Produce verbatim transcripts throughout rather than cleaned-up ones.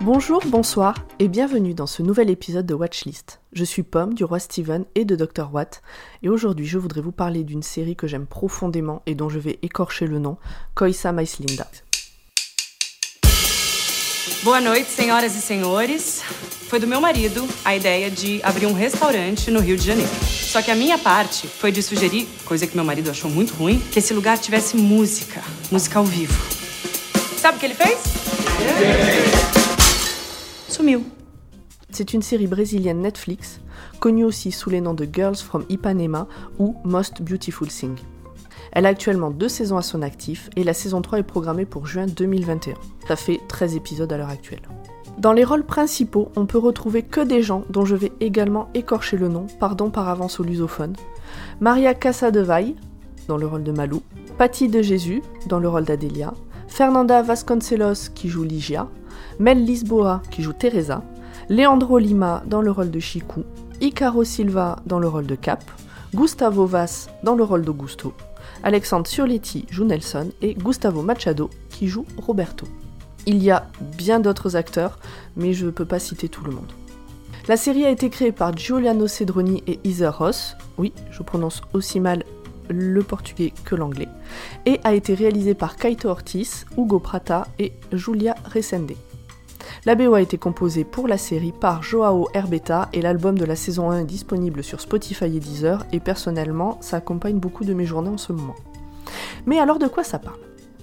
Bonjour, bonsoir et bienvenue dans ce nouvel épisode de Watchlist. Je suis Pomme du Roi Steven et de docteur Watt et aujourd'hui je voudrais vous parler d'une série que j'aime profondément et dont je vais écorcher le nom, Coisa Mais Linda. Boa noite, senhoras e senhores. Foi do meu marido a ideia de abrir um restaurante no Rio de Janeiro. Só que a minha parte foi de sugerir, coisa que meu marido achou muito ruim, que esse lugar tivesse música, música ao vivo. Sabe o que ele fez? Sumiu. C'est une série brésilienne Netflix, connue aussi sous les noms de Girls from Ipanema ou Most Beautiful Thing. Elle a actuellement deux saisons à son actif et la saison trois est programmée pour juin deux mille vingt et un. Ça fait treize épisodes à l'heure actuelle. Dans les rôles principaux, on peut retrouver que des gens dont je vais également écorcher le nom, pardon par avance aux lusophones. Maria Casadevall, dans le rôle de Malou, Patty de Jésus, dans le rôle d'Adélia, Fernanda Vasconcelos, qui joue Ligia, Mel Lisboa, qui joue Teresa, Leandro Lima, dans le rôle de Chico, Icaro Silva, dans le rôle de Cap, Gustavo Vaz, dans le rôle d'Augusto, Alexandre Cioletti joue Nelson et Gustavo Machado, qui joue Roberto. Il y a bien d'autres acteurs, mais je ne peux pas citer tout le monde. La série a été créée par Giuliano Cedroni et Heather Ross, oui, je prononce aussi mal le portugais que l'anglais, et a été réalisée par Kaito Ortiz, Hugo Prata et Julia Resende. La B O a été composée pour la série par Joao Herbeta et l'album de la saison un est disponible sur Spotify et Deezer et personnellement, ça accompagne beaucoup de mes journées en ce moment. Mais alors de quoi ça parle ?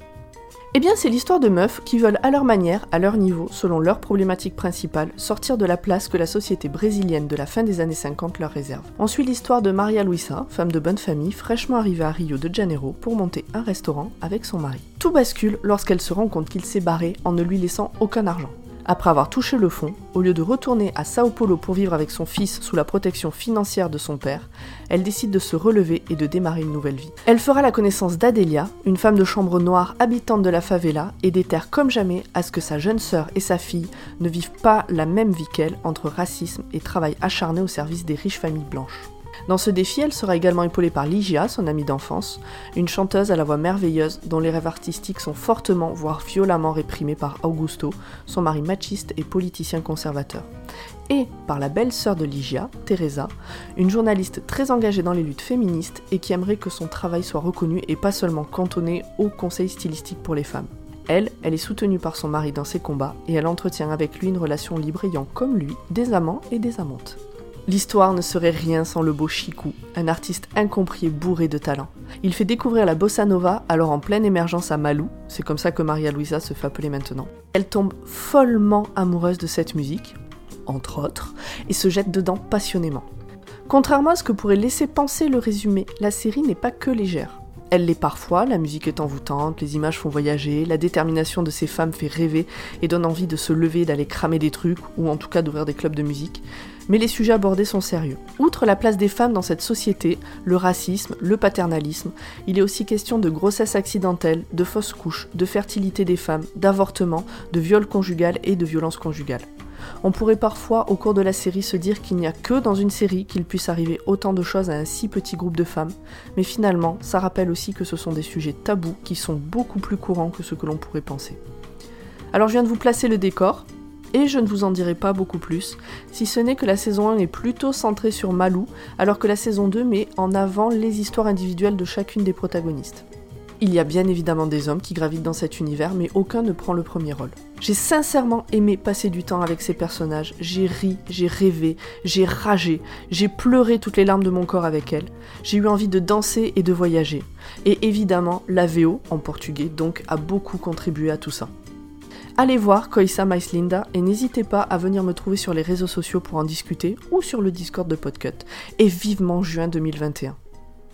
Eh bien c'est l'histoire de meufs qui veulent à leur manière, à leur niveau, selon leur problématique principale, sortir de la place que la société brésilienne de la fin des années cinquante leur réserve. On suit l'histoire de Maria Luisa, femme de bonne famille, fraîchement arrivée à Rio de Janeiro pour monter un restaurant avec son mari. Tout bascule lorsqu'elle se rend compte qu'il s'est barré en ne lui laissant aucun argent. Après avoir touché le fond, au lieu de retourner à Sao Paulo pour vivre avec son fils sous la protection financière de son père, elle décide de se relever et de démarrer une nouvelle vie. Elle fera la connaissance d'Adélia, une femme de chambre noire habitante de la favela et déterre comme jamais à ce que sa jeune sœur et sa fille ne vivent pas la même vie qu'elle entre racisme et travail acharné au service des riches familles blanches. Dans ce défi, elle sera également épaulée par Ligia, son amie d'enfance, une chanteuse à la voix merveilleuse dont les rêves artistiques sont fortement, voire violemment réprimés par Augusto, son mari machiste et politicien conservateur. Et par la belle-sœur de Ligia, Teresa, une journaliste très engagée dans les luttes féministes et qui aimerait que son travail soit reconnu et pas seulement cantonné au conseil stylistique pour les femmes. Elle, elle est soutenue par son mari dans ses combats et elle entretient avec lui une relation libre ayant comme lui des amants et des amantes. L'histoire ne serait rien sans le beau Chico, un artiste incompris et bourré de talent. Il fait découvrir la bossa nova alors en pleine émergence à Malou, c'est comme ça que Maria Luisa se fait appeler maintenant. Elle tombe follement amoureuse de cette musique, entre autres, et se jette dedans passionnément. Contrairement à ce que pourrait laisser penser le résumé, la série n'est pas que légère. Elle l'est parfois, la musique est envoûtante, les images font voyager, la détermination de ces femmes fait rêver et donne envie de se lever et d'aller cramer des trucs, ou en tout cas d'ouvrir des clubs de musique. Mais les sujets abordés sont sérieux. Outre la place des femmes dans cette société, le racisme, le paternalisme, il est aussi question de grossesse accidentelle, de fausses couches, de fertilité des femmes, d'avortement, de viol conjugal et de violence conjugale. On pourrait parfois, au cours de la série, se dire qu'il n'y a que dans une série qu'il puisse arriver autant de choses à un si petit groupe de femmes, mais finalement, ça rappelle aussi que ce sont des sujets tabous qui sont beaucoup plus courants que ce que l'on pourrait penser. Alors je viens de vous placer le décor, et je ne vous en dirai pas beaucoup plus, si ce n'est que la saison un est plutôt centrée sur Malou, alors que la saison deux met en avant les histoires individuelles de chacune des protagonistes. Il y a bien évidemment des hommes qui gravitent dans cet univers, mais aucun ne prend le premier rôle. J'ai sincèrement aimé passer du temps avec ces personnages, j'ai ri, j'ai rêvé, j'ai ragé, j'ai pleuré toutes les larmes de mon corps avec elles, j'ai eu envie de danser et de voyager. Et évidemment, la V O, en portugais donc, a beaucoup contribué à tout ça. Allez voir Coisa Mais Linda et n'hésitez pas à venir me trouver sur les réseaux sociaux pour en discuter ou sur le Discord de Podcut. Et vivement juin deux mille vingt et un.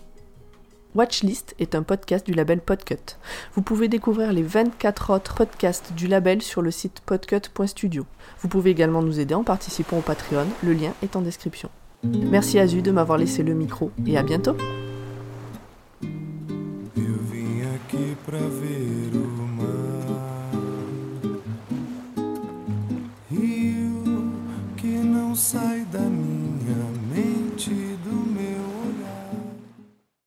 Watchlist est un podcast du label Podcut. Vous pouvez découvrir les vingt-quatre autres podcasts du label sur le site podcut point studio. Vous pouvez également nous aider en participant au Patreon, le lien est en description. Merci à Zu de m'avoir laissé le micro et à bientôt. Eu vim aqui pra ver o mar, rio que não sai